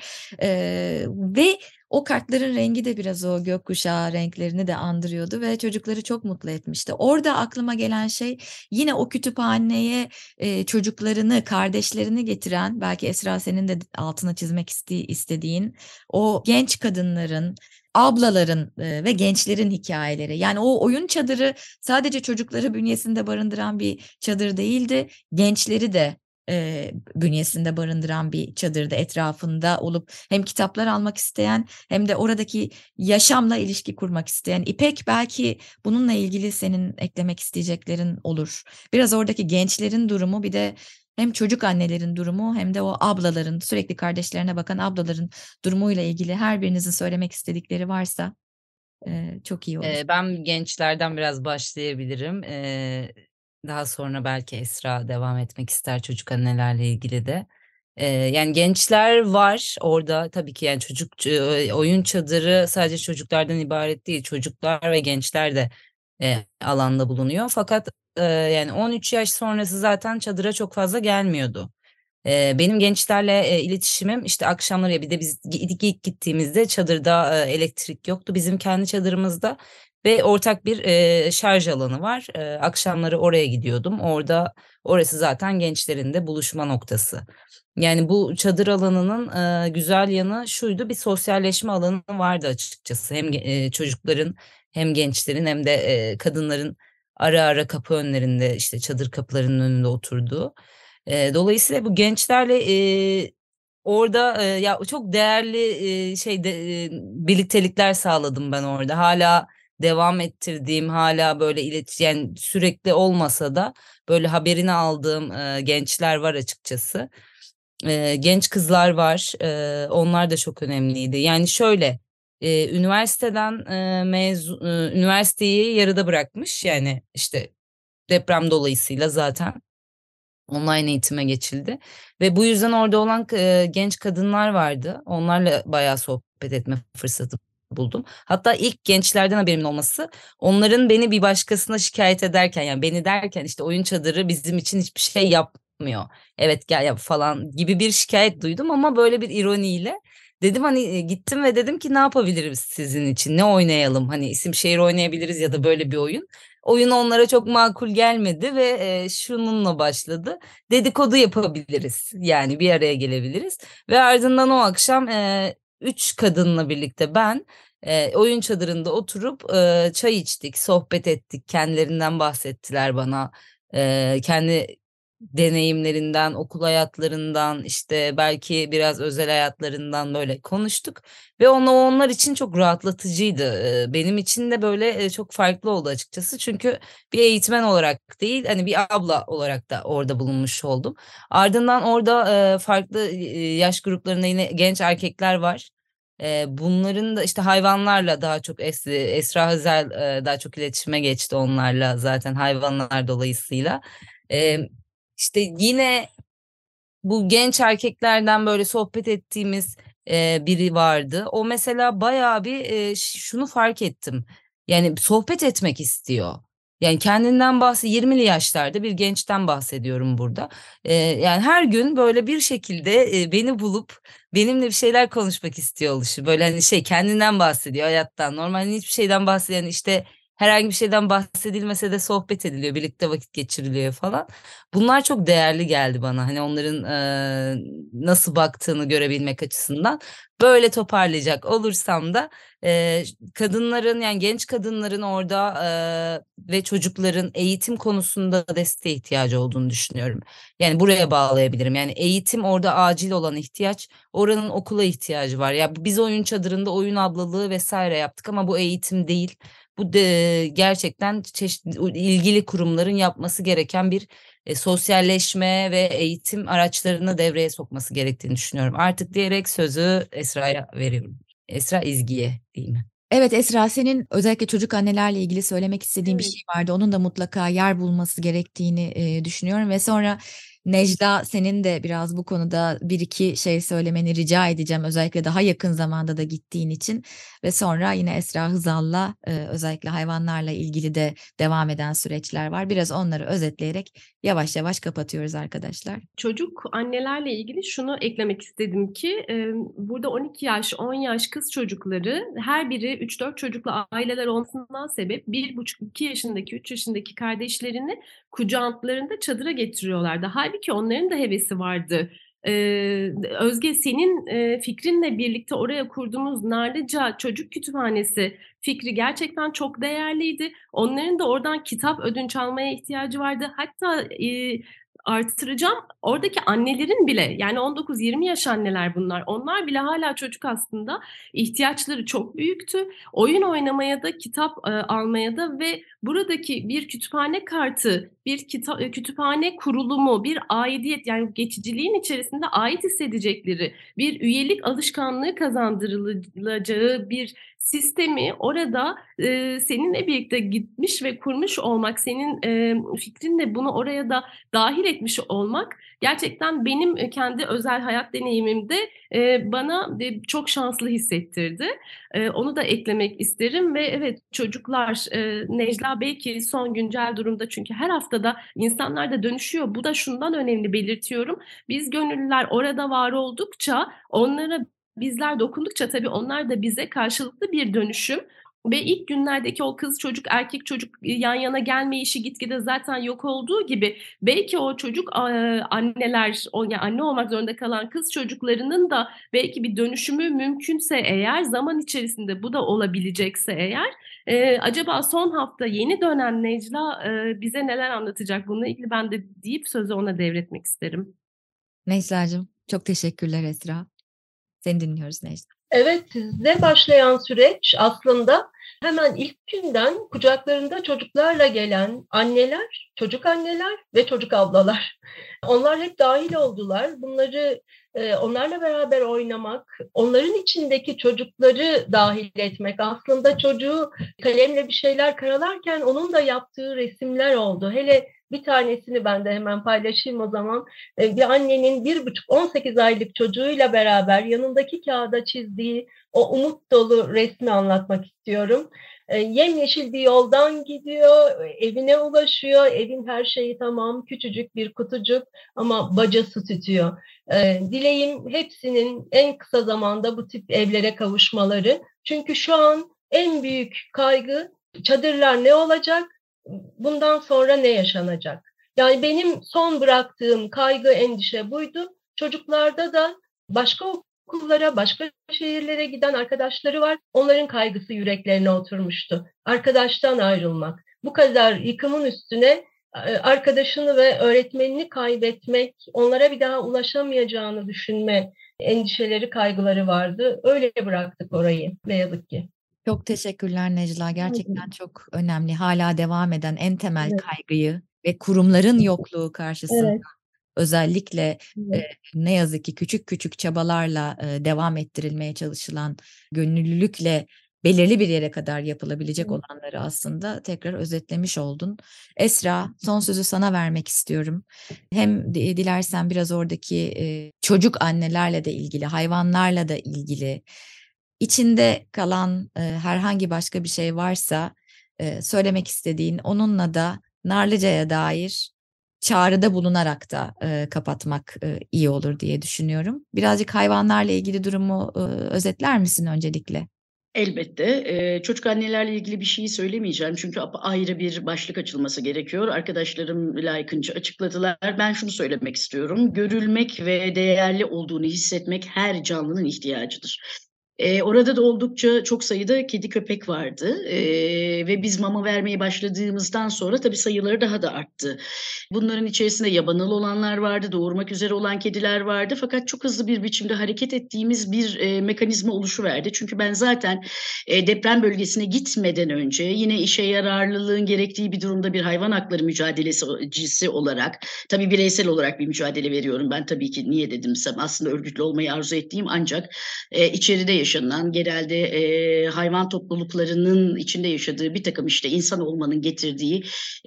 Ve o kartların rengi de biraz o gökkuşağı renklerini de andırıyordu ve çocukları çok mutlu etmişti. Orada aklıma gelen şey, yine o kütüphaneye çocuklarını, kardeşlerini getiren, belki Esra senin de altına çizmek istediğin o genç kadınların, ablaların ve gençlerin hikayeleri. Yani o oyun çadırı sadece çocukları bünyesinde barındıran bir çadır değildi, gençleri de bünyesinde barındıran bir çadırda, etrafında olup hem kitaplar almak isteyen hem de oradaki yaşamla ilişki kurmak isteyen. İpek, belki bununla ilgili senin eklemek isteyeceklerin olur. Biraz oradaki gençlerin durumu, bir de hem çocuk annelerin durumu hem de o ablaların, sürekli kardeşlerine bakan ablaların durumuyla ilgili her birinizin söylemek istedikleri varsa çok iyi olur. Ben gençlerden biraz başlayabilirim. Daha sonra belki Esra devam etmek ister çocuk annelerle ilgili de. Yani gençler var orada tabii ki, yani oyun çadırı sadece çocuklardan ibaret değil. Çocuklar ve gençler de alanda bulunuyor. Fakat yani 13 yaş sonrası zaten çadıra çok fazla gelmiyordu. Benim gençlerle iletişimim işte akşamları, ya bir de biz ilk gittiğimizde çadırda elektrik yoktu. Bizim kendi çadırımızda ve ortak bir şarj alanı var. Akşamları oraya gidiyordum. Orası zaten gençlerin de buluşma noktası. Yani bu çadır alanının güzel yanı şuydu: bir sosyalleşme alanı vardı açıkçası. Hem çocukların hem gençlerin hem de kadınların ara ara kapı önlerinde, işte çadır kapılarının önünde oturduğu. Dolayısıyla bu gençlerle orada ya çok değerli birliktelikler sağladım ben orada. Hala devam ettirdiğim, hala böyle yani sürekli olmasa da böyle haberini aldığım gençler var açıkçası. Genç kızlar var. Onlar da çok önemliydi. Yani şöyle, üniversiteden üniversiteyi yarıda bırakmış. Yani işte deprem dolayısıyla zaten online eğitime geçildi ve bu yüzden orada olan genç kadınlar vardı. Onlarla bayağı sohbet etme fırsatı buldum. Hatta ilk gençlerden haberimin olması, onların beni bir başkasına şikayet ederken, yani beni derken işte oyun çadırı bizim için hiçbir şey yapmıyor, evet gel yap falan gibi bir şikayet duydum ama böyle bir ironiyle. Dedim hani gittim ve dedim ki ne yapabiliriz sizin için, ne oynayalım, hani isim şehir oynayabiliriz ya da böyle bir oyun. Oyun onlara çok makul gelmedi ve şununla başladı: dedikodu yapabiliriz, yani bir araya gelebiliriz. Ve ardından o akşam 3 kadınla birlikte ben oyun çadırında oturup çay içtik, sohbet ettik, kendilerinden bahsettiler bana. Kendi deneyimlerinden, okul hayatlarından, işte belki biraz özel hayatlarından böyle konuştuk ve onlar için çok rahatlatıcıydı. Benim için de böyle çok farklı oldu açıkçası. Çünkü bir eğitmen olarak değil, hani bir abla olarak da orada bulunmuş oldum. Ardından orada farklı yaş gruplarında yine genç erkekler var. Bunların da işte hayvanlarla daha çok Esra Özel daha çok iletişime geçti onlarla, zaten hayvanlar dolayısıyla. E, işte yine bu genç erkeklerden böyle sohbet ettiğimiz biri vardı. O mesela bayağı bir şunu fark ettim: yani sohbet etmek istiyor. Yani kendinden 20'li yaşlarda bir gençten bahsediyorum burada. Yani her gün böyle bir şekilde beni bulup benimle bir şeyler konuşmak istiyor oluşu. Böyle hani kendinden bahsediyor, hayattan. Normalde hiçbir şeyden bahsediyor. Yani işte herhangi bir şeyden bahsedilmese de sohbet ediliyor, birlikte vakit geçiriliyor falan. Bunlar çok değerli geldi bana. Hani onların nasıl baktığını görebilmek açısından. Böyle toparlayacak olursam da kadınların, yani genç kadınların orada ve çocukların eğitim konusunda desteğe ihtiyacı olduğunu düşünüyorum. Yani buraya bağlayabilirim. Yani eğitim orada acil olan ihtiyaç, oranın okula ihtiyacı var. Ya biz oyun çadırında oyun ablalığı vesaire yaptık ama bu eğitim değil. Bu gerçekten çeşitli ilgili kurumların yapması gereken bir sosyalleşme ve eğitim araçlarını devreye sokması gerektiğini düşünüyorum. Artık diyerek sözü Esra'ya veriyorum. Esra İzgi'ye değil mi? Evet Esra, senin özellikle çocuk annelerle ilgili söylemek istediğin bir şey vardı. Onun da mutlaka yer bulması gerektiğini düşünüyorum ve sonra Necla, senin de biraz bu konuda bir iki şey söylemeni rica edeceğim. Özellikle daha yakın zamanda da gittiğin için ve sonra yine Esra Hızal'la özellikle hayvanlarla ilgili de devam eden süreçler var. Biraz onları özetleyerek yavaş yavaş kapatıyoruz arkadaşlar. Çocuk annelerle ilgili şunu eklemek istedim ki burada 12 yaş, 10 yaş kız çocukları, her biri 3-4 çocuklu aileler olmasından sebep 1,5-2 yaşındaki, 3 yaşındaki kardeşlerini kucaklarında çadıra getiriyorlardı. Halbuki onların da hevesi vardı. Özge, senin fikrinle birlikte oraya kurduğumuz Narlıca Çocuk Kütüphanesi fikri gerçekten çok değerliydi. Onların da oradan kitap ödünç almaya ihtiyacı vardı. Hatta artıracağım. Oradaki annelerin bile, yani 19-20 yaş anneler bunlar. Onlar bile hala çocuk aslında. İhtiyaçları çok büyüktü. Oyun oynamaya da, kitap almaya da ve buradaki bir kütüphane kartı, bir kütüphane kurulumu, bir aidiyet, yani geçiciliğin içerisinde ait hissedecekleri bir üyelik alışkanlığı kazandırılacağı bir sistemi orada seninle birlikte gitmiş ve kurmuş olmak, senin fikrinle bunu oraya da dahil etmiş olmak gerçekten benim kendi özel hayat deneyimimde bana çok şanslı hissettirdi. Onu da eklemek isterim ve evet, çocuklar, Necla belki son güncel durumda, çünkü her haftada insanlar da dönüşüyor. Bu da şundan önemli, belirtiyorum. Biz gönüllüler orada var oldukça, onlara bizler dokundukça tabii onlar da bize karşılıklı bir dönüşüm ve ilk günlerdeki o kız çocuk erkek çocuk yan yana gelme işi gitgide zaten yok olduğu gibi, belki o çocuk anneler, yani anne olmak zorunda kalan kız çocuklarının da belki bir dönüşümü mümkünse eğer, zaman içerisinde bu da olabilecekse eğer, acaba son hafta yeni dönen Necla bize neler anlatacak, bununla ilgili ben de deyip sözü ona devretmek isterim. Necla'cığım çok teşekkürler Esra. Seni dinliyoruz Necla. Evet, sizde başlayan süreç aslında hemen ilk günden kucaklarında çocuklarla gelen anneler, çocuk anneler ve çocuk ablalar. Onlar hep dahil oldular. Bunları onlarla beraber oynamak, onların içindeki çocukları dahil etmek, aslında çocuğu kalemle bir şeyler karalarken onun da yaptığı resimler oldu. Hele bir tanesini ben de hemen paylaşayım o zaman. Bir annenin 18 aylık çocuğuyla beraber yanındaki kağıda çizdiği o umut dolu resmi anlatmak istiyorum. Yemyeşil bir yoldan gidiyor, evine ulaşıyor. Evin her şeyi tamam, küçücük bir kutucuk ama bacası tütüyor. Dileğim hepsinin en kısa zamanda bu tip evlere kavuşmaları. Çünkü şu an en büyük kaygı, çadırlar ne olacak? Bundan sonra ne yaşanacak? Yani benim son bıraktığım kaygı, endişe buydu. Çocuklarda da başka okullara, başka şehirlere giden arkadaşları var. Onların kaygısı yüreklerine oturmuştu. Arkadaştan ayrılmak. Bu kadar yıkımın üstüne arkadaşını ve öğretmenini kaybetmek, onlara bir daha ulaşamayacağını düşünme endişeleri, kaygıları vardı. Öyle bıraktık orayı ne yazık ki. Çok teşekkürler Necla. Gerçekten çok önemli. Hala devam eden en temel kaygıyı ve kurumların yokluğu karşısında özellikle ne yazık ki küçük küçük çabalarla devam ettirilmeye çalışılan gönüllülükle belirli bir yere kadar yapılabilecek olanları aslında tekrar özetlemiş oldun. Esra, son sözü sana vermek istiyorum. Hem dilersen biraz oradaki çocuk annelerle de ilgili, hayvanlarla da ilgili, İçinde kalan herhangi başka bir şey varsa söylemek istediğin, onunla da Narlıca'ya dair çağrıda bulunarak da kapatmak iyi olur diye düşünüyorum. Birazcık hayvanlarla ilgili durumu özetler misin öncelikle? Elbette. Çocuk annelerle ilgili bir şey söylemeyeceğim. Çünkü ayrı bir başlık açılması gerekiyor. Arkadaşlarım layıkınca açıkladılar. Ben şunu söylemek istiyorum. Görülmek ve değerli olduğunu hissetmek her canlının ihtiyacıdır. Orada da oldukça çok sayıda kedi köpek vardı ve biz mama vermeye başladığımızdan sonra tabii sayıları daha da arttı. Bunların içerisinde yabanalı olanlar vardı, doğurmak üzere olan kediler vardı. Fakat çok hızlı bir biçimde hareket ettiğimiz bir mekanizma oluşuverdi. Çünkü ben zaten deprem bölgesine gitmeden önce yine işe yararlılığın gerektiği bir durumda bir hayvan hakları mücadelecisi olarak, tabii bireysel olarak bir mücadele veriyorum. Ben tabii ki niye dedimsem aslında örgütlü olmayı arzu ettiğim, ancak içeride yaşanan, genelde hayvan topluluklarının içinde yaşadığı bir takım işte insan olmanın getirdiği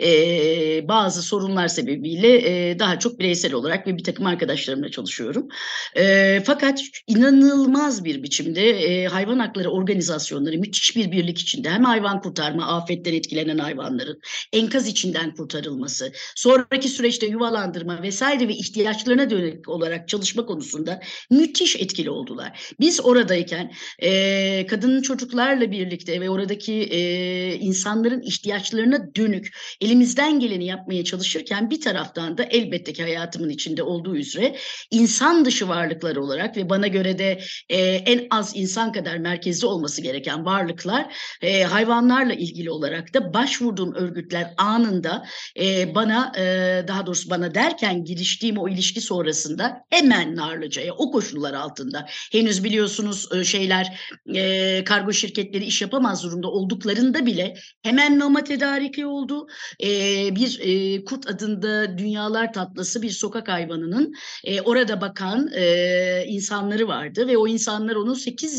bazı sorunlar sebebiyle daha çok bireysel olarak ve bir takım arkadaşlarımla çalışıyorum. Fakat inanılmaz bir biçimde hayvan hakları organizasyonları müthiş bir birlik içinde, hem hayvan kurtarma, afetten etkilenen hayvanların enkaz içinden kurtarılması, sonraki süreçte yuvalandırma vesaire ve ihtiyaçlarına dönük olarak çalışma konusunda müthiş etkili oldular. Biz oradayken derken kadının çocuklarla birlikte ve oradaki insanların ihtiyaçlarına dönük elimizden geleni yapmaya çalışırken bir taraftan da elbette ki hayatımın içinde olduğu üzere insan dışı varlıklar olarak ve bana göre de en az insan kadar merkezde olması gereken varlıklar hayvanlarla ilgili olarak da başvurduğum örgütler anında bana daha doğrusu bana derken giriştiğim o ilişki sonrasında hemen Narlıca'ya o koşullar altında henüz biliyorsunuz kargo şirketleri iş yapamaz durumda olduklarında bile hemen mama tedariki oldu. Bir kurt adında dünyalar tatlısı bir sokak hayvanının orada bakan insanları vardı ve o insanlar onu 8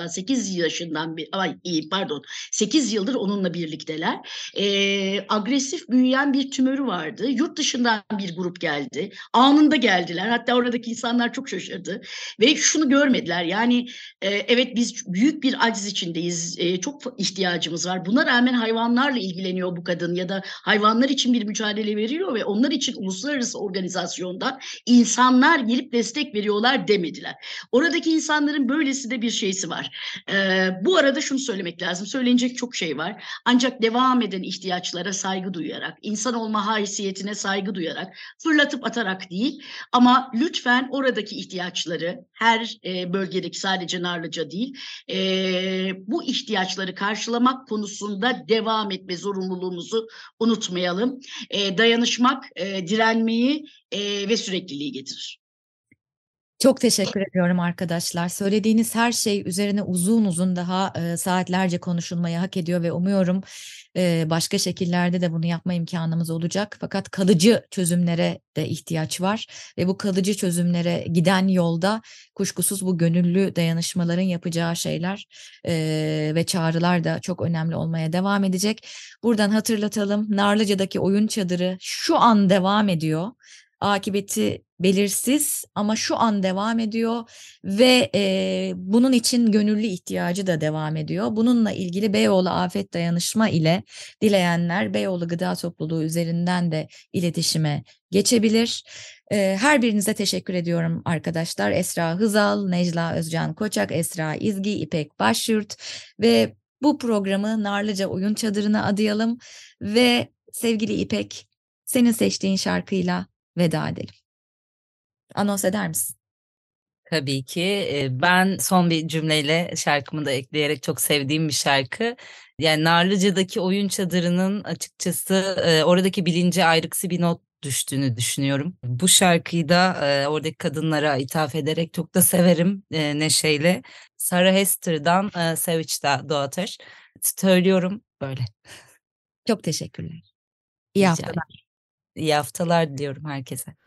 yıldır onunla birlikteler. Agresif büyüyen bir tümörü vardı. Yurt dışından bir grup geldi. Anında geldiler. Hatta oradaki insanlar çok şaşırdı. Ve şunu görmediler. Yani evet biz büyük bir aciz içindeyiz. Çok ihtiyacımız var. Buna rağmen hayvanlarla ilgileniyor bu kadın ya da hayvanlar için bir mücadele veriyor ve onlar için uluslararası organizasyonda insanlar gelip destek veriyorlar demediler. Oradaki insanların böylesi de bir şeysi var. Bu arada şunu söylemek lazım. Söylenecek çok şey var. Ancak devam eden ihtiyaçlara saygı duyarak, insan olma haysiyetine saygı duyarak, fırlatıp atarak değil ama lütfen oradaki ihtiyaçları her bölgedeki sadece Narlıca değil bu ihtiyaçları karşılamak konusunda devam etme zorunluluğumuzu unutmayalım. Dayanışmak, direnmeyi ve sürekliliği getirir. Çok teşekkür ediyorum arkadaşlar. Söylediğiniz her şey üzerine uzun uzun daha saatlerce konuşulmayı hak ediyor ve umuyorum başka şekillerde de bunu yapma imkanımız olacak. Fakat kalıcı çözümlere de ihtiyaç var ve bu kalıcı çözümlere giden yolda kuşkusuz bu gönüllü dayanışmaların yapacağı şeyler ve çağrılar da çok önemli olmaya devam edecek. Buradan hatırlatalım, Narlıca'daki oyun çadırı şu an devam ediyor. Akıbeti belirsiz ama şu an devam ediyor ve bunun için gönüllü ihtiyacı da devam ediyor. Bununla ilgili Beyoğlu Afet Dayanışma ile dileyenler Beyoğlu Gıda Topluluğu üzerinden de iletişime geçebilir. Her birinize teşekkür ediyorum arkadaşlar. Esra Hızal, Necla Özcan Koçak, Esra İzgi, İpek Başyurt ve bu programı Narlıca Oyun Çadırı'na adayalım ve sevgili İpek, senin seçtiğin şarkıyla veda edelim. Anons eder misin? Tabii ki. Ben son bir cümleyle şarkımı da ekleyerek çok sevdiğim bir şarkı. Yani Narlıca'daki oyun çadırının açıkçası oradaki bilince ayrıksı bir not düştüğünü düşünüyorum. Bu şarkıyı da oradaki kadınlara ithaf ederek çok da severim neşeyle. Sarah Hester'dan Savage Daughter söylüyorum böyle. Çok teşekkürler. İyi haftalar. İyi haftalar diliyorum herkese.